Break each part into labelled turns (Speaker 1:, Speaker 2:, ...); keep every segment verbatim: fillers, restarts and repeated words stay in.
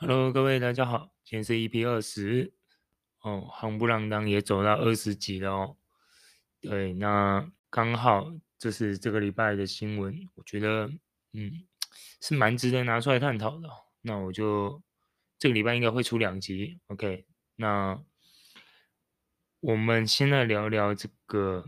Speaker 1: Hello，各位大家好，今天是 E P 二十哦，夯不啷当也走到二十集了哦。对，那刚好这是这个礼拜的新闻，我觉得嗯是蛮值得拿出来探讨的哦。那我就这个礼拜应该会出两集，OK。那我们先来聊聊这个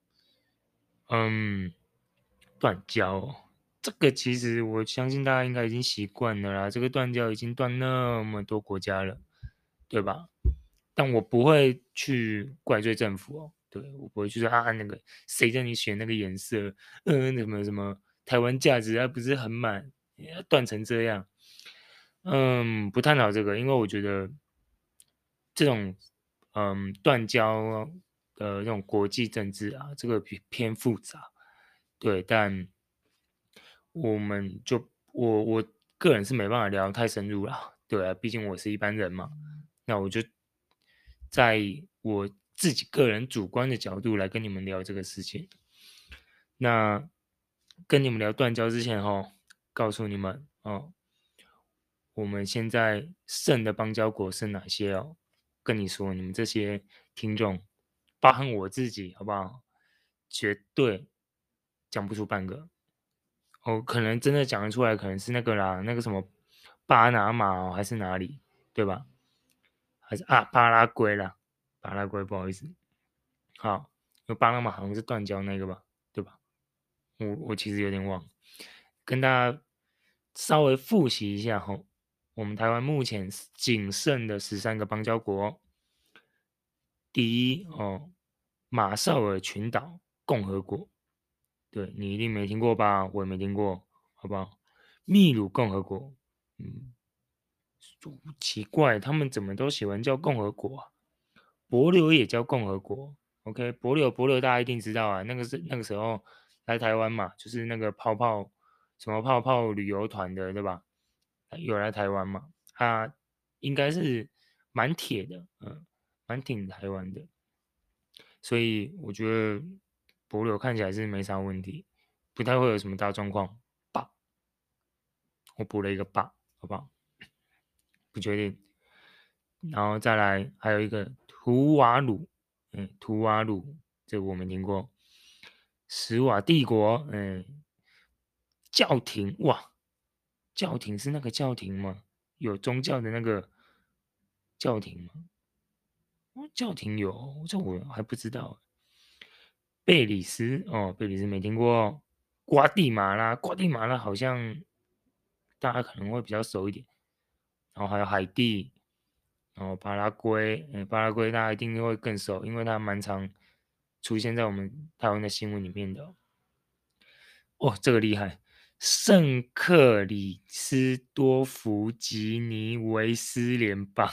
Speaker 1: 嗯断交哦。这个其实我相信大家应该已经习惯了啦，这个断交已经断那么多国家了，对吧？但我不会去怪罪政府哦，对，我不会去说啊那个谁叫你选那个颜色，嗯，什么什么台湾价值还不是很满，要断成这样，嗯，不探讨这个，因为我觉得这种嗯断交的这种国际政治啊，这个偏偏复杂，对，但我们就我我个人是没办法聊太深入啦，对啊，毕竟我是一般人嘛，那我就在我自己个人主观的角度来跟你们聊这个事情。那跟你们聊断交之前哦，告诉你们哦，我们现在剩的邦交国是哪些哦？跟你说，你们这些听众，包含我自己，好不好？绝对讲不出半个。哦，可能真的讲得出来，可能是那个啦，那个什么巴拿马哦，还是哪里，对吧？还是啊巴拉圭啦，巴拉圭，不好意思。好，因为巴拿马好像是断交那个吧，对吧？我我其实有点忘了，跟大家稍微复习一下吼。我们台湾目前仅剩的十三个邦交国，第一哦，马绍尔群岛共和国，对你一定没听过吧？我也没听过，好不好？秘鲁共和国，嗯，奇怪，他们怎么都喜欢叫共和国啊？帛琉也叫共和国，OK，帛琉帛琉大家一定知道啊，那个是那个时候来台湾嘛，就是那个泡泡什么泡泡旅游团的，对吧？有来台湾嘛？他应该是蛮铁的，嗯，蛮挺台湾的，所以我觉得帛琉看起来是没啥问题，不太会有什么大状况吧？我补了一个吧，好不好？不确定。然后再来还有一个图瓦鲁，嗯，图瓦鲁这个我没听过。史瓦帝国，嗯，教廷，哇，教廷是那个教廷吗？有宗教的那个教廷吗？哦，教廷有，这我还不知道。贝里斯，哦，贝里斯没听过。瓜地马拉，瓜地马拉好像大家可能会比较熟一点。然后还有海地，然后巴拉圭，嗯，巴拉圭大家一定会更熟，因为它蛮常出现在我们台湾的新闻里面的哦。哦，这个厉害，圣克里斯多福吉尼维斯联邦，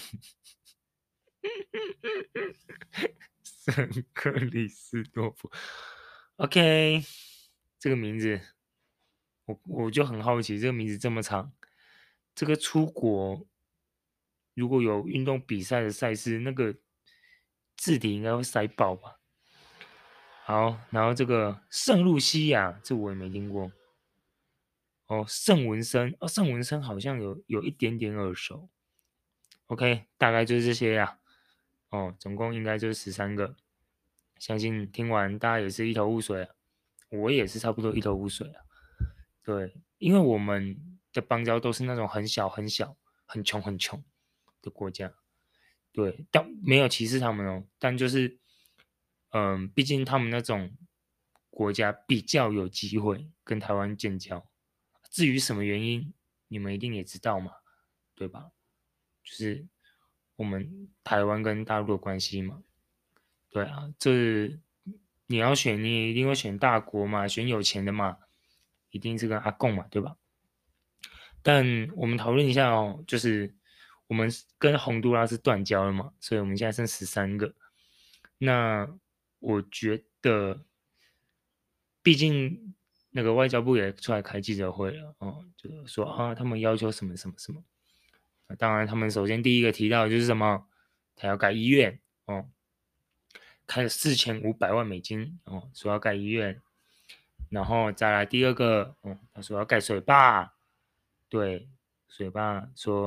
Speaker 1: 圣克里斯多福，OK，这个名字我我就很好奇，这个名字这么长，这个出国如果有运动比赛的赛事，那个字体应该会塞爆吧？好，然后这个圣露西亚，这我也没听过。哦，圣文森，哦，圣文森好像有有一点点耳熟。OK，大概就是这些呀。哦，总共应该就是十三个，相信听完大家也是一头雾水啊，我也是差不多一头雾水啊。对，因为我们的邦交都是那种很小很小、很穷很穷的国家。对，但没有歧视他们哦，但就是，嗯，毕竟他们那种国家比较有机会跟台湾建交。至于什么原因，你们一定也知道嘛，对吧？就是我们台湾跟大陆的关系嘛。对啊，这你要选，你也一定会选大国嘛，选有钱的嘛，一定是跟阿贡嘛，对吧？但我们讨论一下哦，就是我们跟洪都拉斯断交了嘛，所以我们现在剩十三个。那我觉得，毕竟那个外交部也出来开记者会了哦，就是说啊，他们要求什么什么什么。那当然，他们首先第一个提到的就是什么，他要盖医院哦，开了四千五百万美金哦，说要盖医院。然后再来第二个，哦，他说要盖水坝，对，水坝说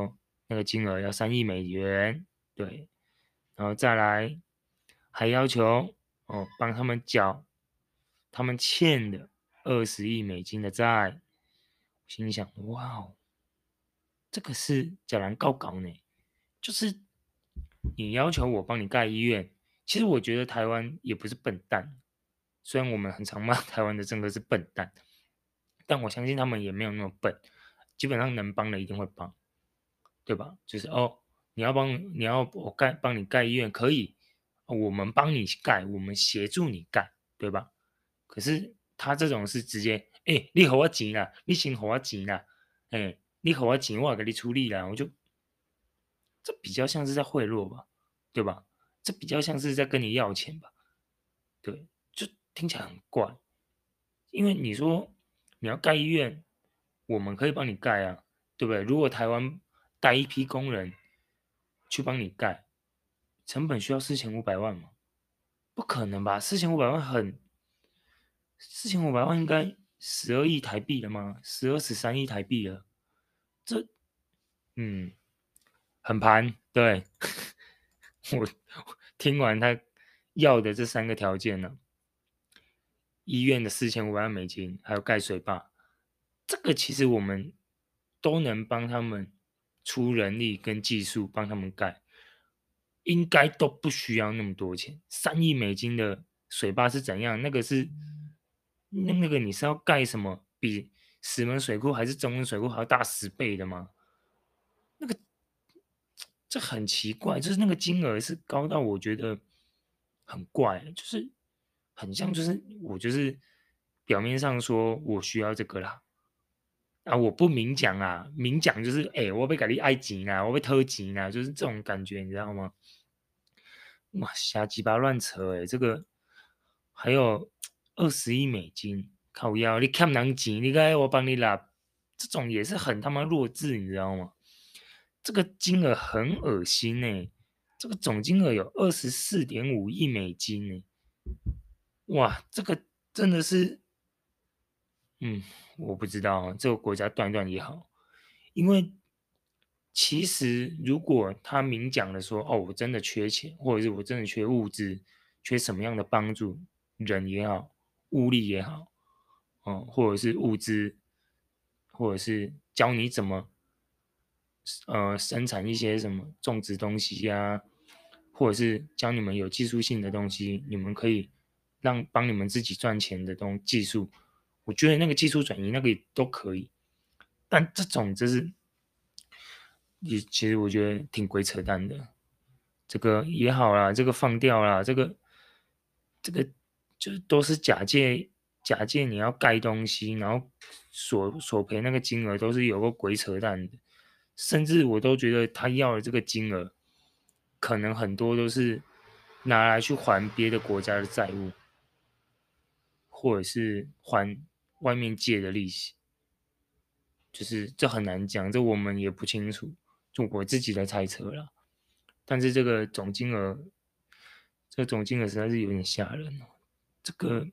Speaker 1: 那个金额要三亿美元，对，然后再来还要求哦帮他们缴他们欠的二十亿美金的债。心里想，哇哦，这个是假然告搞呢，就是你要求我帮你盖医院，其实我觉得台湾也不是笨蛋，虽然我们很常骂台湾的政客是笨蛋，但我相信他们也没有那么笨，基本上能帮的一定会帮，对吧？就是哦，你要帮你要我盖帮你盖医院可以，我们帮你盖，我们协助你盖，对吧？可是他这种是直接，哎、欸，你给我钱啦，你先给我钱啦，哎、欸，你给我钱，我给你处理啦，我就这比较像是在贿赂吧，对吧？这比较像是在跟你要钱吧，对，就听起来很怪。因为你说你要盖医院，我们可以帮你盖啊，对不对？如果台湾带一批工人去帮你盖，成本需要四千五百万吗？不可能吧？四千五百万很，四千五百万应该十二亿台币了吗？十二十三亿台币了，这嗯很盘，对。我听完他要的这三个条件呢，医院的四千五百万美金，还有盖水坝，这个其实我们都能帮他们出人力跟技术帮他们盖，应该都不需要那么多钱。三亿美金的水坝是怎样？那个是那那个你是要盖什么？比石门水库还是中门水库还要大十倍的吗？那个这很奇怪，就是那个金额是高到我觉得很怪，就是很像，就是我就是表面上说我需要这个啦，啊，我不明讲啊，明讲就是哎、欸，我被给你爱情啊，我被偷情啊，就是这种感觉，你知道吗？哇，瞎鸡巴乱扯哎、欸，这个还有二十亿美金，靠腰，你看人钱，你该我帮你拿，这种也是很他妈弱智，你知道吗？这个金额很恶心哎、这个总金额有二十四点五亿美金呢、哇，这个真的是，嗯，我不知道这个国家断断也好，因为其实如果他明讲的说，哦，我真的缺钱，或者是我真的缺物资，缺什么样的帮助，人也好，物力也好，哦，或者是物资，或者是教你怎么呃生产一些什么种植东西呀、啊或者是教你们有技术性的东西，你们可以让帮你们自己赚钱的东技术，我觉得那个技术转移那个也都可以，但这种就是也其实我觉得挺鬼扯淡的，这个也好啦，这个放掉啦，这个这个就是都是假借假借你要盖东西，然后索索赔那个金额都是有个鬼扯淡的，甚至我都觉得他要的这个金额，可能很多都是拿来去还别的国家的债务，或者是还外面借的利息，就是这很难讲，这我们也不清楚，就我自己的猜测啦。但是这个总金额，这个总金额实在是有点吓人哦。这个，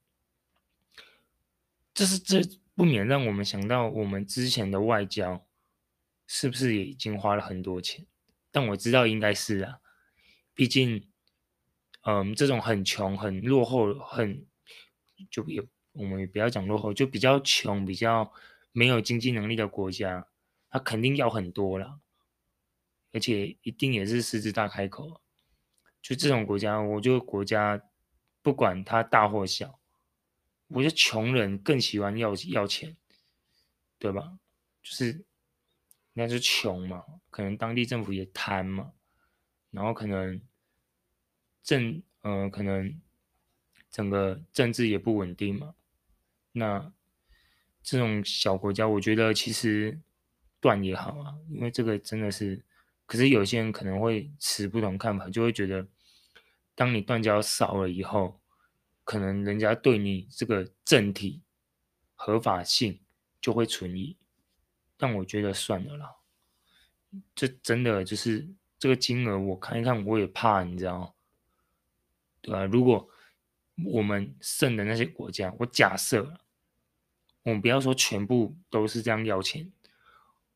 Speaker 1: 这是这不免让我们想到我们之前的外交是不是也已经花了很多钱？但我知道应该是啊，毕竟，嗯，这种很穷、很落后、很就也我们也不要讲落后，就比较穷、比较没有经济能力的国家，他肯定要很多啦，而且一定也是狮子大开口啊。就这种国家，我觉得国家不管它大或小，我觉得穷人更喜欢要要钱，对吧？就是那就穷嘛，可能当地政府也贪嘛，然后可能政呃可能整个政治也不稳定嘛，那这种小国家，我觉得其实断也好啊，因为这个真的是，可是有些人可能会持不同看法，就会觉得，当你断交少了以后，可能人家对你这个政体合法性就会存疑，但我觉得算了啦，这真的就是这个金额，我看一看我也怕，你知道，对吧、如果我们剩的那些国家，我假设我们不要说全部都是这样要钱，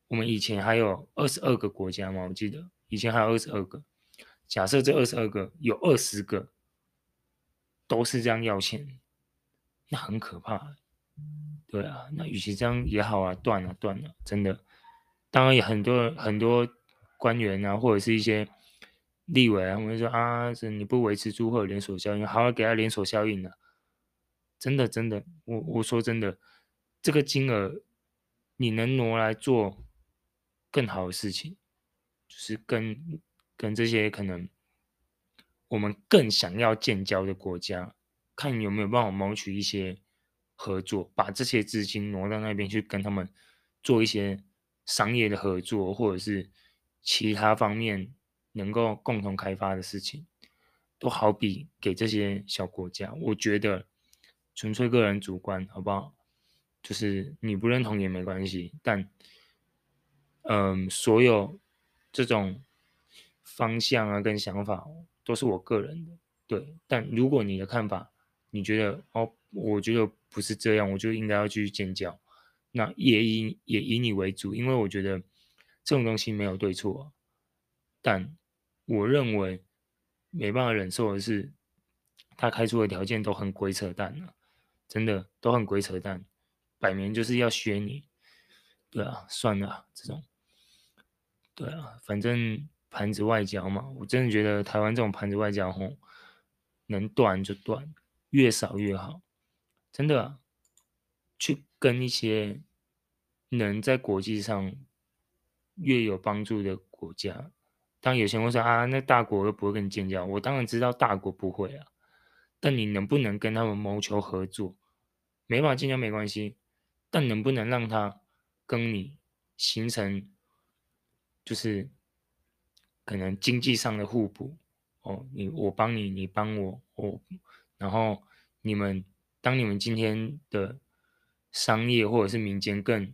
Speaker 1: 我们以前还有二十二个国家嘛，我记得以前还有二十二个。假设这二十二个有二十个都是这样要钱，那很可怕。对啊，那与其这样也好啊，断了断了，真的。当然也很多很多官员啊，或者是一些立委啊，他们会说啊，这你不维持住会有连锁效应，好好给他连锁效应啊。真的真的，我我说真的，这个金额你能挪来做更好的事情，就是跟跟这些可能我们更想要建交的国家，看有没有办法谋取一些合作，把这些资金挪到那边去，跟他们做一些商业的合作，或者是其他方面能够共同开发的事情，都好比给这些小国家。我觉得纯粹个人主观，好不好？就是你不认同也没关系，但嗯，所有这种方向啊跟想法都是我个人的，对。但如果你的看法，你觉得哦，我觉得不是这样，我就应该要继续建交，那也以也以你为主，因为我觉得这种东西没有对错啊，但我认为没办法忍受的是，他开出的条件都很鬼扯淡啊，真的都很鬼扯淡，摆明就是要削你。对啊，算了啊这种。对啊，反正盘子外交嘛，我真的觉得台湾这种盘子外交吼，能断就断，越少越好。真的啊，去跟一些能在国际上越有帮助的国家，当然有些人会说啊，那大国又不会跟你建交，我当然知道大国不会啊，但你能不能跟他们谋求合作？没办法建交没关系，但能不能让他跟你形成就是可能经济上的互补哦，你我帮你，你帮我，我，然后你们当你们今天的商业或者是民间更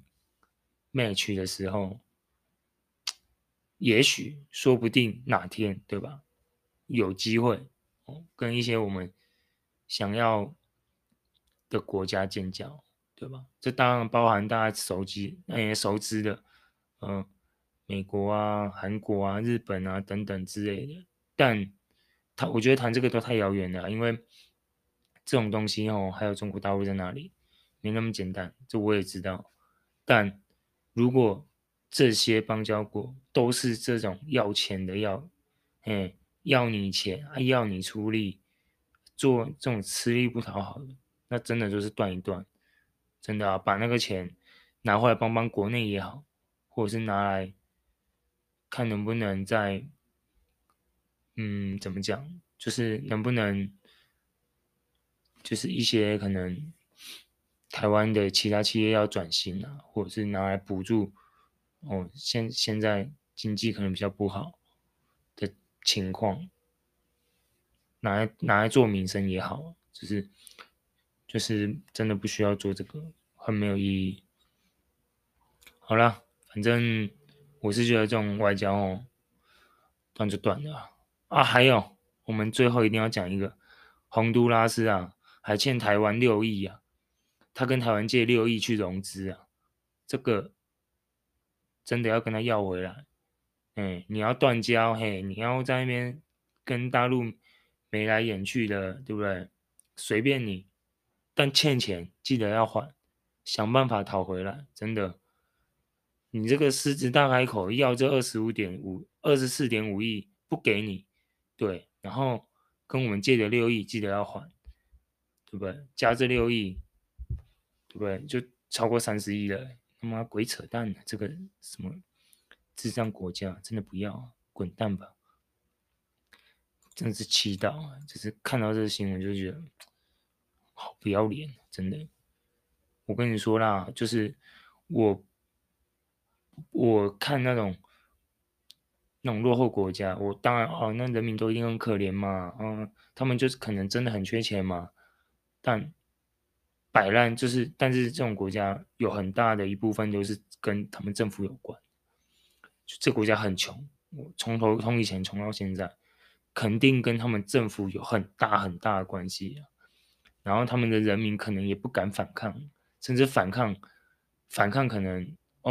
Speaker 1: match 的时候，也许说不定哪天，对吧？有机会哦，跟一些我们想要的国家建交，对吧？这当然包含大家熟知、那也熟知的，嗯、呃美国啊、韩国啊、日本啊等等之类的。但谈，我觉得谈这个都太遥远了，因为这种东西哦，还有中国大陆在那里，没那么简单。这我也知道。但如果这些邦交国都是这种要钱的要，哎，要你钱，啊要你出力，做这种吃力不讨好的，那真的就是断一断。真的啊，把那个钱拿回来帮帮国内也好，或者是拿来看能不能在，嗯，怎么讲，就是能不能，就是一些可能台湾的其他企业要转型啊，或者是拿来补助，哦，现现在经济可能比较不好的情况，拿来拿来做民生也好，就是就是真的不需要做这个，很没有意义。好了，反正我是觉得这种外交哦，断就断了啊。啊还有，我们最后一定要讲一个，洪都拉斯啊，还欠台湾六亿啊，他跟台湾借六亿去融资啊，这个真的要跟他要回来。哎，你要断交，嘿，你要在那边跟大陆眉来眼去的，对不对？随便你，但欠钱记得要还，想办法讨回来，真的。你这个狮子大开口要这二十五点五、二十四点五亿不给你，对，然后跟我们借的六亿记得要还，对不对？加这六亿，对不对？就超过三十亿了，他妈鬼扯淡的，这个什么智障国家，真的不要，滚蛋吧！真的是气到啊，就是看到这个新闻就觉得好不要脸，真的。我跟你说啦，就是我我看那种那种落后国家，我当然哦，那人民都一定很可怜嘛，嗯，他们就是可能真的很缺钱嘛，但摆烂就是，但是这种国家有很大的一部分都是跟他们政府有关，就这国家很穷，我从头从以前穷到现在，肯定跟他们政府有很大很大的关系啊。然后他们的人民可能也不敢反抗，甚至反抗，反抗可能哦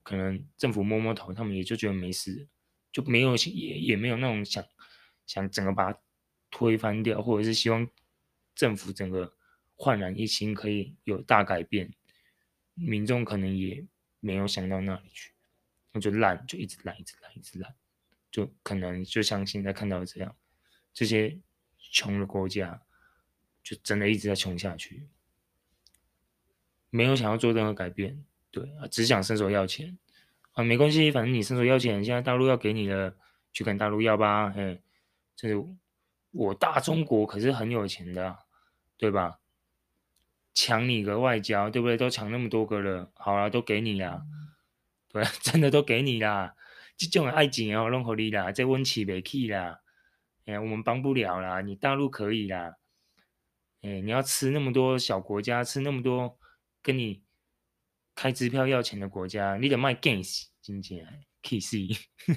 Speaker 1: 可能政府摸摸头，他们也就觉得没事，就没有也也没有那种想想整个把它推翻掉，或者是希望政府整个焕然一新，可以有大改变。民众可能也没有想到那里去，那就烂，就一直烂，一直烂，一直烂，就可能就像现在看到的这样，这些穷的国家就真的一直在穷下去，没有想要做任何改变，对啊，只想伸手要钱啊，没关系，反正你伸手要钱，现在大陆要给你了，去跟大陆要吧，嘿，这是我大中国可是很有钱的啊，对吧？抢你个外交，对不对？都抢那么多个了，好了，都给你啦，对，真的都给你啦。这种爱情哦，弄好你啦，这温起没去啦，哎，我们帮不了啦，你大陆可以啦，哎，你要吃那么多小国家，吃那么多跟你开支票要钱的国家，你得卖 gains 经济 K C。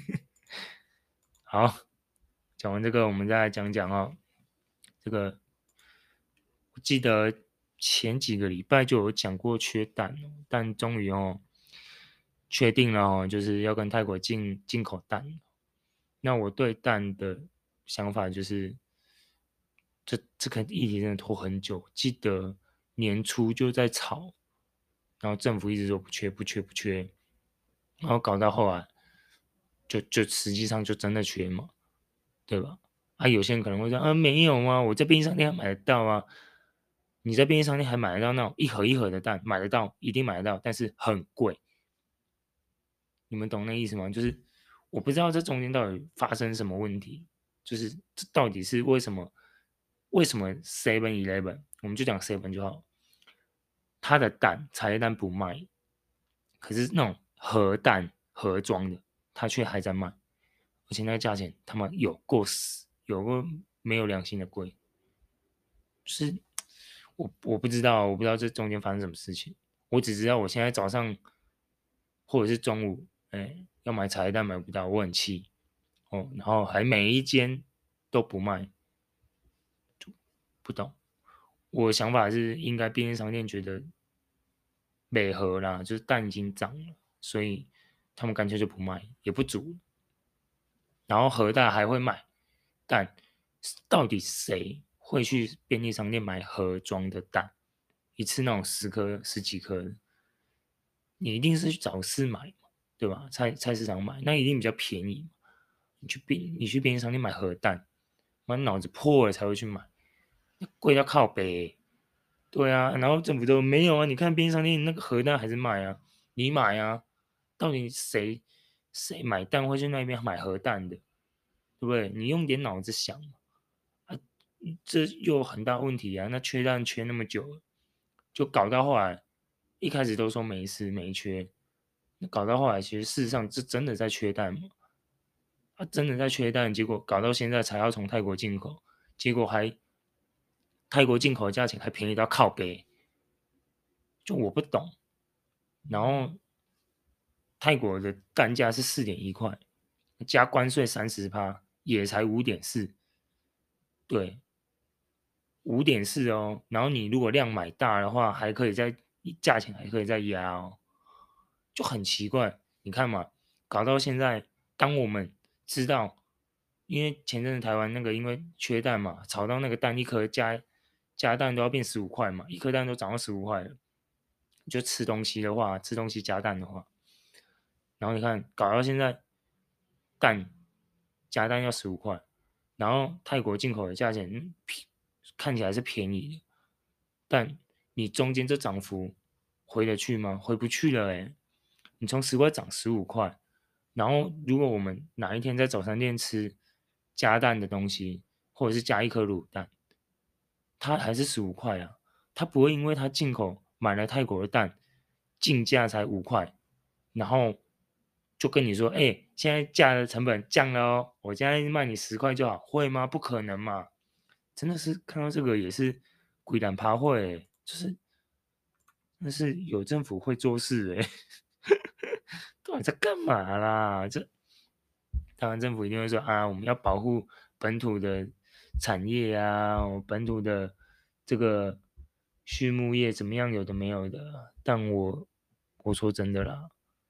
Speaker 1: 好，讲完这个，我们再来讲讲哦，这个我记得前几个礼拜就有讲过缺蛋哦，但终于哦确定了哦，就是要跟泰国进进口蛋。那我对蛋的想法就是，这这个议题真的拖很久，记得年初就在吵，然后政府一直说不缺不缺不缺，然后搞到后来就就实际上就真的缺嘛，对吧？啊，有些人可能会说，啊，没有啊，我在便利商店还买得到啊。你在便利商店还买得到那种一盒一盒的蛋，买得到，一定买得到，但是很贵。你们懂那意思吗？就是我不知道这中间到底发生什么问题，就是这到底是为什么？为什么 Seven Eleven 我们就讲 Seven 就好，它的蛋茶叶蛋不卖，可是那种盒蛋盒装的，它却还在卖，而且那个价钱他妈有够死，有够没有良心的贵。就是我我不知道，我不知道这中间发生什么事情，我只知道我现在早上或者是中午，哎，要买茶叶蛋买不到，我很气哦，然后还每一间都不卖，不懂。我的想法是，应该便利商店觉得美盒啦，就是蛋已经涨了，所以他们干脆就不卖，也不煮了，然后盒蛋还会卖，但到底谁会去便利商店买盒装的蛋？一次那种十颗、十几颗的，你一定是去早市买嘛，对吧？菜菜市场买，那一定比较便宜嘛。你去便你去便利商店买盒蛋，妈脑子破了才会去买，那贵到靠北。对啊，然后政府都没有啊，你看便利商店那个盒蛋还是卖啊，你买啊，到底谁谁买蛋会去那边买盒蛋的，对不对？你用点脑子想嘛，啊，这又有很大问题啊，那缺蛋缺那么久了，就搞到后来，一开始都说没事没缺，那搞到后来，其实事实上这真的在缺蛋嘛？啊，真的在缺蛋，结果搞到现在才要从泰国进口，结果还泰国进口的价钱还便宜到靠北，就我不懂。然后泰国的蛋价是四点一块，加关税三十趴，也才五点四，对，五点四哦。然后你如果量买大的话，还可以再价钱还可以再压哦，就很奇怪。你看嘛，搞到现在，当我们知道，因为前阵子台湾那个因为缺蛋嘛，炒到那个蛋一颗加加蛋都要变十五块嘛，一颗蛋都涨到十五块了。就吃东西的话，吃东西加蛋的话，然后你看搞到现在，蛋加蛋要十五块，然后泰国进口的价钱嗯看起来是便宜的，但你中间这涨幅回得去吗？回不去了诶，你从十块涨十五块，然后如果我们哪一天在早餐店吃加蛋的东西，或者是加一颗卤蛋，它还是十五块啊，它不会因为它进口买了泰国的蛋，进价才五块，然后就跟你说，哎、欸，现在价的成本降了哦，我现在卖你十块就好，会吗？不可能嘛！真的是看到这个也是鬼胆趴会、欸，就是那是有政府会做事哎、欸，到底在干嘛啦？这台湾政府一定会说啊，我们要保护本土的产业啊，本土的这个畜牧业怎么样，有的没有的。但我我说真的啦，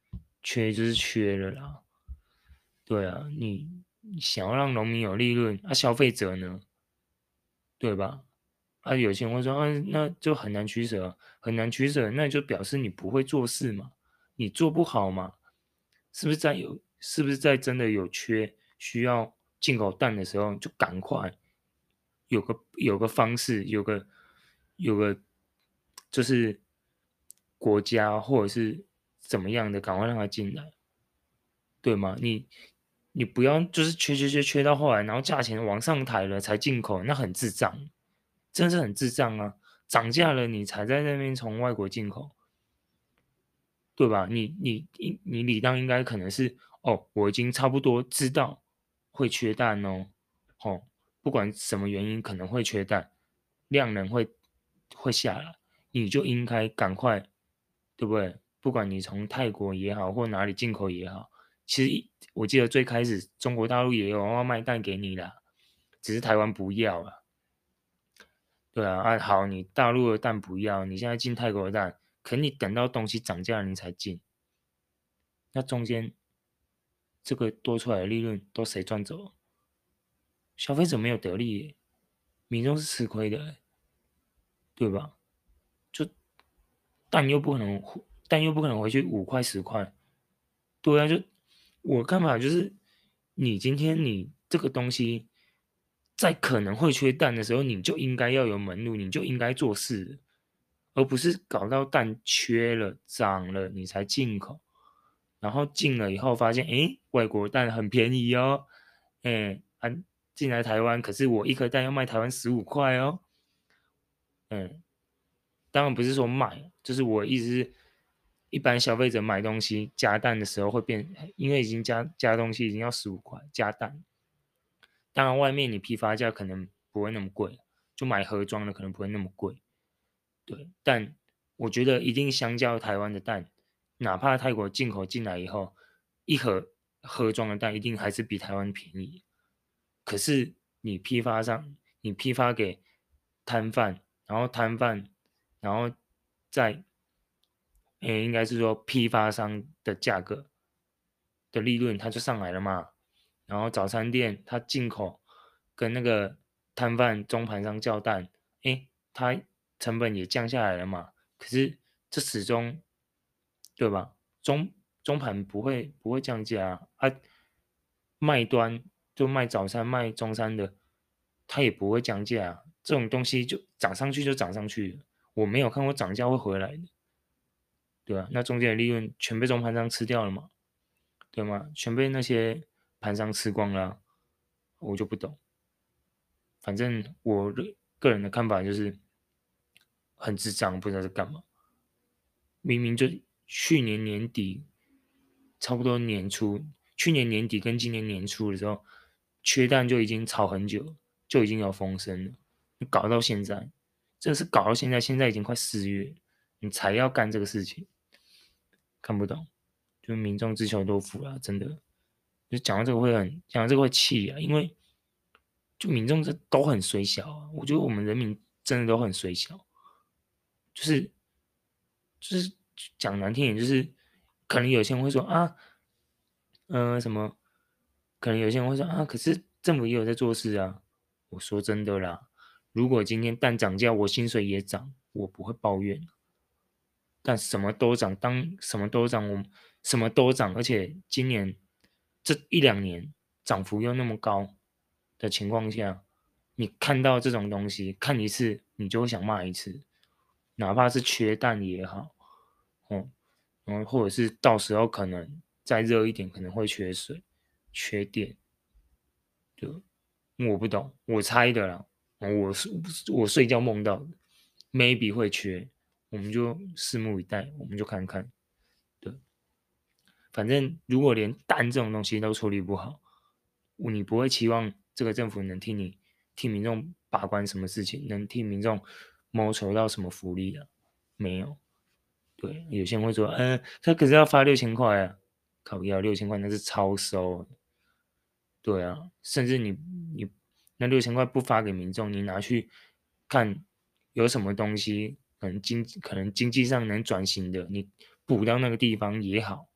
Speaker 1: 缺就是缺了啦。对啊，你你想要让农民有利润，啊，消费者呢，对吧？啊，有些人会说，啊，那就很难取舍，很难取舍，那就表示你不会做事嘛，你做不好嘛，是不是在有，是不是在真的有缺需要进口蛋的时候，就赶快有个有个方式，有个有个就是国家或者是怎么样的，赶快让它进来，对吗？你你不要就是缺缺缺缺到后来，然后价钱往上抬了才进口，那很智障，真的是很智障啊！涨价了你才在那边从外国进口，对吧？你你你你理当应该可能是哦，我已经差不多知道会缺蛋哦，哦，不管什么原因可能会缺蛋，量能会会下来，你就应该赶快，对不对？不管你从泰国也好，或哪里进口也好，其实我记得最开始中国大陆也有要卖蛋给你啦，只是台湾不要了。对啊，啊好，你大陆的蛋不要，你现在进泰国的蛋，可你等到东西涨价了你才进，那中间这个多出来的利润都谁赚走了？消费者没有得利耶，民众是吃亏的耶，对吧？就蛋又不可能，蛋又不可能回去五块十块，对啊，就我看法就是，你今天你这个东西，在可能会缺蛋的时候，你就应该要有门路，你就应该做事，而不是搞到蛋缺了、涨了你才进口，然后进了以后发现，诶，外国蛋很便宜哦，诶，啊，进来台湾，可是我一颗蛋要卖台湾十五块哦，嗯，当然不是说卖，就是我意思是，一般消费者买东西加蛋的时候会变，因为已经加加东西已经要十五块加蛋，当然外面你批发价可能不会那么贵，就买盒装的可能不会那么贵，对，但我觉得一定相较台湾的蛋，哪怕泰国进口进来以后，一盒盒装的蛋一定还是比台湾便宜，可是你批发上，你批发给摊贩，然后摊贩，然后再，诶，应该是说批发商的价格的利润它就上来了嘛。然后早餐店它进口跟那个摊贩中盘商叫蛋，诶，它成本也降下来了嘛。可是这始终，对吧？中中盘不会不会降价啊，啊卖端就卖早餐卖中餐的，它也不会降价啊，这种东西就涨上去就涨上去了，我没有看过涨价会回来的，对吧？那中间的利润全被中盘商吃掉了嘛，对吗？全被那些盘商吃光了啊，我就不懂。反正我个人的看法就是很智障，不知道在干嘛。明明就去年年底，差不多年初，去年年底跟今年年初的时候，缺蛋就已经炒很久，就已经有风声了，搞到现在，真的是搞到现在，现在已经快四月，你才要干这个事情，看不懂，就民众自求多福啊，真的。就讲到这个会很，讲到这个会气啊，因为就民众这都很衰小啊，我觉得我们人民真的都很衰小，就是就是讲难听点，就是可能有些人会说啊，呃，什么？可能有些人会说啊，可是政府也有在做事啊。我说真的啦，如果今天蛋涨价，我薪水也涨，我不会抱怨。但什么都涨，当什么都涨，我什么都涨，而且今年这一两年涨幅又那么高的情况下，你看到这种东西，看一次你就会想骂一次，哪怕是缺蛋也好，哦，然后或者是到时候可能再热一点，可能会缺水、缺电，就我不懂，我猜的啦，我是我睡觉梦到的，maybe 会缺，我们就拭目以待，我们就看看。对，反正如果连蛋这种东西都处理不好，你不会期望这个政府能替你替民众把关什么事情，能替民众谋求到什么福利啊？没有。对，有些人会说，嗯、呃，他可是要发六千块啊，靠要六千块那是超收。对啊，甚至你你那六千块不发给民众，你拿去看有什么东西可能经可能经济上能转型的，你补到那个地方也好，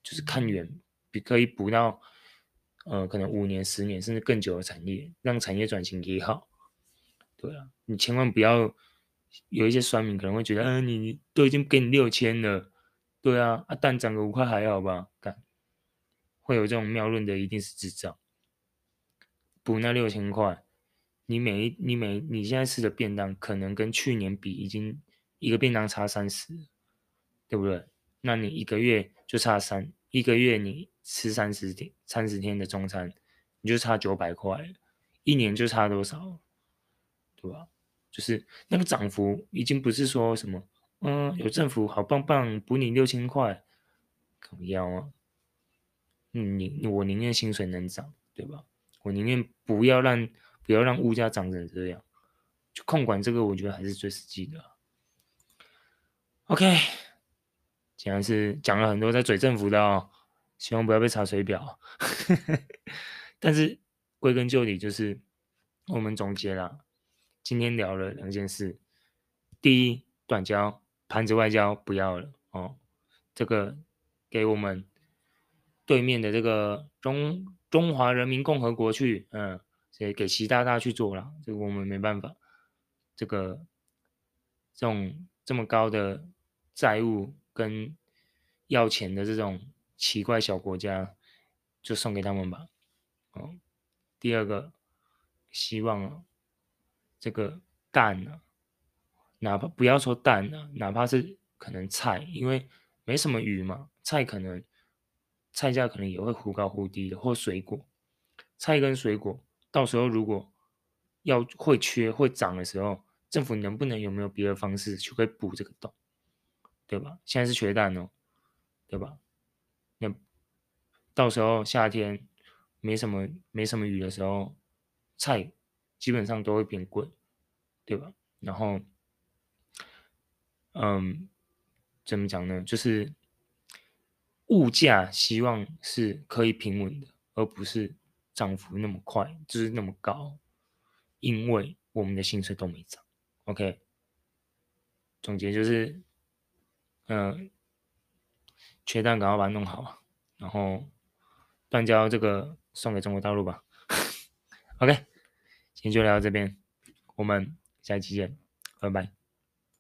Speaker 1: 就是看远，比可以补到呃可能五年、十年甚至更久的产业，让产业转型也好。对啊，你千万不要有一些酸民可能会觉得，嗯、呃，你都已经给你六千了，对啊，啊蛋涨个五块还好吧？干，会有这种谬论的一定是智障。补那六千块，你每一你每你现在吃的便当可能跟去年比已经一个便当差三十，对不对？那你一个月就差三，一个月你吃三十天三十天的中餐，你就差九百块，一年就差多少？对吧？就是那个涨幅已经不是说什么，嗯，有政府好棒棒补你六千块，可不要啊！嗯，你我宁愿薪水能涨，对吧？我宁愿不要让不要让物价涨成这样，就控管这个，我觉得还是最实际的啊。OK，既然是讲了很多在嘴政府的哦，希望不要被查水表。但是归根究底，就是我们总结了，今天聊了两件事。第一，短交盘子外交不要了哦，这个给我们对面的这个中中华人民共和国去，嗯，所以给习大大去做了，这个我们没办法。这个这种这么高的债务跟要钱的这种奇怪小国家，就送给他们吧。哦，第二个，希望啊，这个蛋啊，哪怕不要说蛋啊，哪怕是可能菜，因为没什么鱼嘛，菜可能菜价可能也会忽高忽低的，或水果，菜跟水果，到时候如果要会缺会涨的时候，政府能不能有没有别的方式去可以补这个洞，对吧？现在是缺蛋哦，对吧？那到时候夏天没什么没什么雨的时候，菜基本上都会变贵，对吧？然后，嗯，怎么讲呢？就是物价希望是可以平稳的，而不是涨幅那么快，就是那么高，因为我们的薪水都没涨。OK，总结就是，嗯、缺蛋赶快把它弄好，然后断交这个送给中国大陆吧。OK，今天就聊到这边，我们下一期见，拜拜。